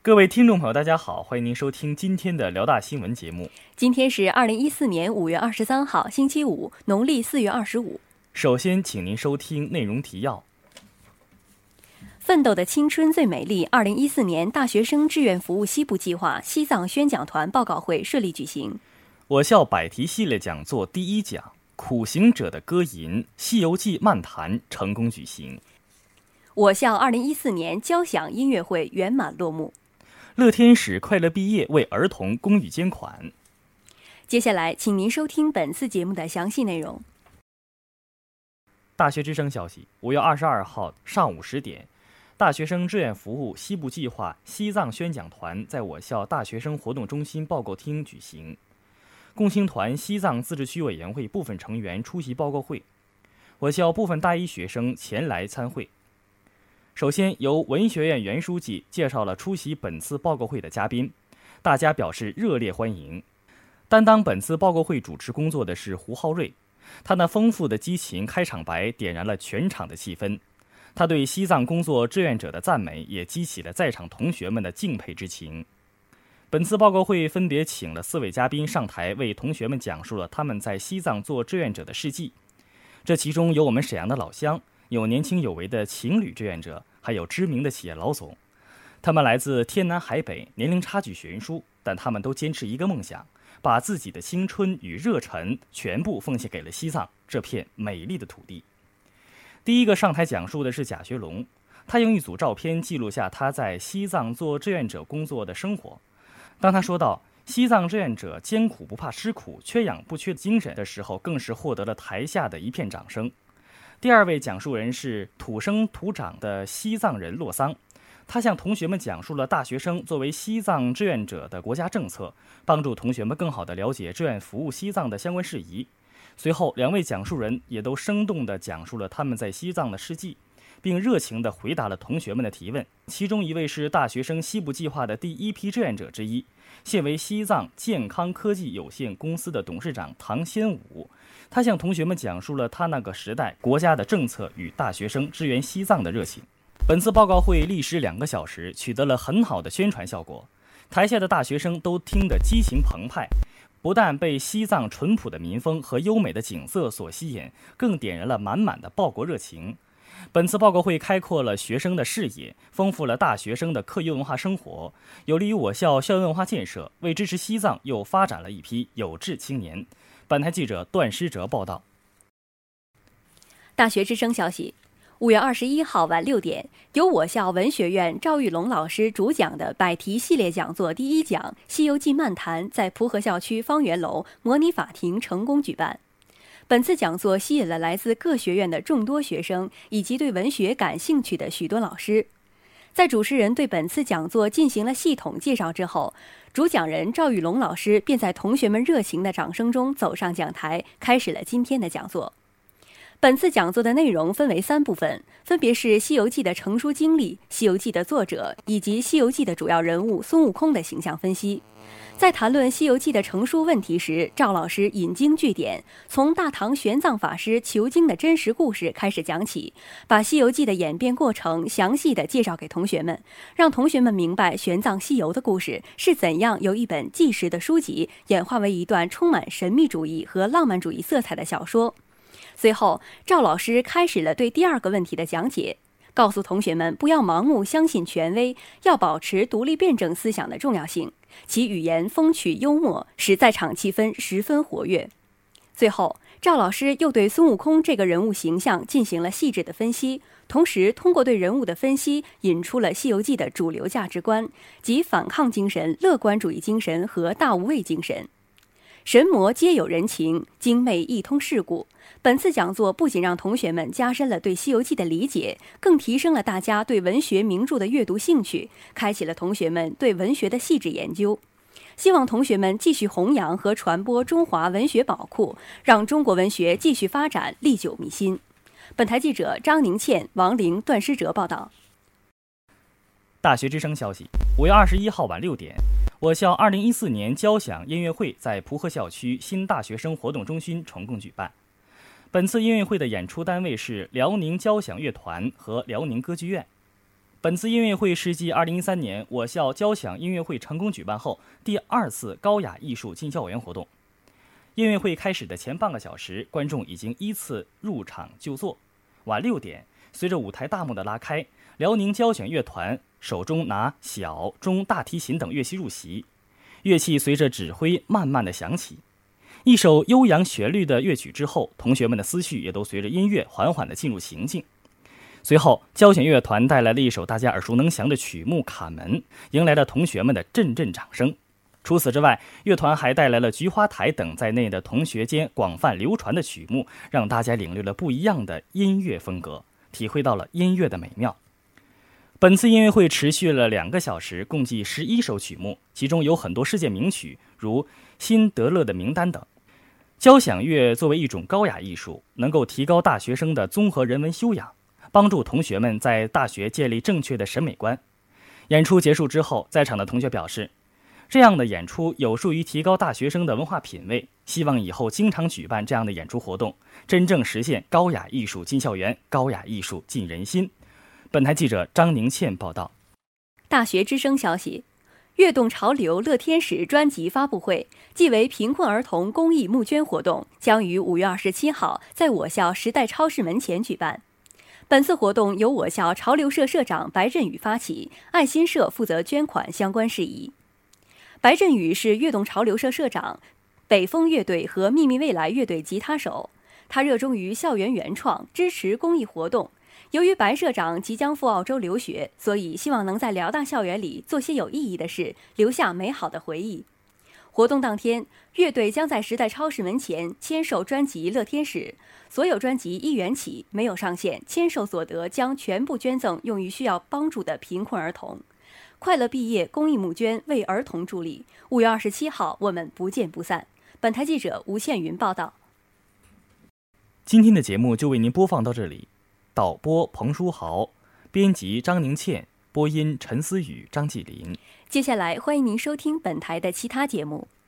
各位听众朋友，大家好，欢迎您收听今天的辽大新闻节目。 今天是2014年5月23号，星期五，农历4月25。 首先，请您收听内容提要。 奋斗的青春最美丽2014年大学生志愿服务西部计划西藏宣讲团报告会顺利举行。 我校百题系列讲座第一讲苦行者的歌吟西游记漫谈成功举行。 我校2014年交响音乐会圆满落幕。 乐天使快乐毕业为儿童公益捐款。 接下来请您收听本次节目的详细内容。 大学之声消息，5月22号上午10点，大学生志愿服务西部计划西藏宣讲团在我校大学生活动中心报告厅举行。共青团西藏自治区委员会部分成员出席报告会，我校部分大一学生前来参会。首先，由文学院原书记介绍了出席本次报告会的嘉宾，大家表示热烈欢迎。担当本次报告会主持工作的是胡浩瑞，他那丰富的激情开场白点燃了全场的气氛，他对西藏工作志愿者的赞美也激起了在场同学们的敬佩之情。本次报告会分别请了4位嘉宾上台，为同学们讲述了他们在西藏做志愿者的事迹。这其中有我们沈阳的老乡，有年轻有为的情侣志愿者，还有知名的企业老总。他们来自天南海北，年龄差距悬殊，但他们都坚持一个梦想，把自己的青春与热忱全部奉献给了西藏这片美丽的土地。第一个上台讲述的是贾学龙，他用一组照片记录下他在西藏做志愿者工作的生活。当他说到西藏志愿者艰苦不怕吃苦，缺氧不缺精神的时候，更是获得了台下的一片掌声。第二位讲述人是土生土长的西藏人洛桑，他向同学们讲述了大学生作为西藏志愿者的国家政策，帮助同学们更好地了解志愿服务西藏的相关事宜。随后2位讲述人也都生动地讲述了他们在西藏的事迹，并热情地回答了同学们的提问。其中一位是大学生西部计划的第一批志愿者之一，现为西藏健康科技有限公司的董事长唐先武。他向同学们讲述了他那个时代国家的政策与大学生支援西藏的热情。本次报告会历时2个小时，取得了很好的宣传效果。台下的大学生都听得激情澎湃，不但被西藏淳朴的民风和优美的景色所吸引，更点燃了满满的报国热情。本次报告会开阔了学生的视野，丰富了大学生的课余文化生活，有利于我校校园文化建设，为支持西藏又发展了一批有志青年。本台记者段诗哲报道。 大学之声消息，5月21号晚6点，由我校文学院赵玉龙老师主讲的百题系列讲座第一讲《西游记漫谈》在蒲河校区方圆楼模拟法庭成功举办。本次讲座吸引了来自各学院的众多学生以及对文学感兴趣的许多老师。在主持人对本次讲座进行了系统介绍之后，主讲人赵玉龙老师便在同学们热情的掌声中走上讲台，开始了今天的讲座。本次讲座的内容分为3部分，分别是《西游记》的成书经历、《西游记》的作者以及《西游记》的主要人物孙悟空的形象分析。在谈论《西游记》的成书问题时，赵老师引经据典，从大唐玄奘法师求经的真实故事开始讲起，把《西游记》的演变过程详细地介绍给同学们，让同学们明白玄奘西游的故事是怎样由一本纪实的书籍演化为一段充满神秘主义和浪漫主义色彩的小说。随后，赵老师开始了对第2个问题的讲解，告诉同学们不要盲目相信权威，要保持独立辩证思想的重要性。其语言风趣幽默，使在场气氛十分活跃。最后，赵老师又对孙悟空这个人物形象进行了细致的分析，同时通过对人物的分析，引出了《西游记》的主流价值观，即反抗精神、乐观主义精神和大无畏精神。神魔皆有人情，精魅亦通世故。本次讲座不仅让同学们加深了对《西游记》的理解，更提升了大家对文学名著的阅读兴趣，开启了同学们对文学的细致研究。希望同学们继续弘扬和传播中华文学宝库，让中国文学继续发展，历久弥新。本台记者张宁倩、王玲、段诗哲报道。 大学之声消息，5月21号晚6点，我校2014年交响音乐会在蒲河校区新大学生活动中心成功举办。本次音乐会的演出单位是辽宁交响乐团和辽宁歌剧院。 本次音乐会是继2013年我校交响音乐会成功举办后第2次高雅艺术进校园活动。音乐会开始的前半个小时，观众已经依次入场就座。晚6点，随着舞台大幕的拉开，辽宁交响乐团手中拿小、中、大提琴等乐器入席，乐器随着指挥慢慢的响起。一首悠扬旋律的乐曲之后，同学们的思绪也都随着音乐缓缓地进入情境。随后，交响乐团带来了一首大家耳熟能详的曲目《卡门》，迎来了同学们的阵阵掌声。除此之外，乐团还带来了《菊花台》等在内的同学间广泛流传的曲目，让大家领略了不一样的音乐风格，体会到了音乐的美妙。本次音乐会持续了2个小时，共计11首曲目，其中有很多世界名曲，如辛德勒的名单等。交响乐作为一种高雅艺术，能够提高大学生的综合人文修养，帮助同学们在大学建立正确的审美观。演出结束之后，在场的同学表示，这样的演出有助于提高大学生的文化品位，希望以后经常举办这样的演出活动，真正实现高雅艺术进校园，高雅艺术进人心。本台记者张宁倩报道。 大学之声消息，跃动潮流乐天使专辑发布会即为贫困儿童公益募捐活动，将于5月27号在我校时代超市门前举办。本次活动由我校潮流社社长白振宇发起，爱心社负责捐款相关事宜。白振宇是跃动潮流社社长、北风乐队和秘密未来乐队吉他手，他热衷于校园原创，支持公益活动。由于白社长即将赴澳洲留学，所以希望能在辽大校园里做些有意义的事，留下美好的回忆。活动当天，乐队将在时代超市门前签售专辑《乐天使》，所有专辑1元起，没有上限，签售所得将全部捐赠用于需要帮助的贫困儿童。快乐毕业公益募捐，为儿童助力。5月27号，我们不见不散。本台记者吴倩云报道。 今天的节目就为您播放到这里，导播彭书豪，编辑张宁倩，播音陈思雨、张继林。 接下来欢迎您收听本台的其他节目。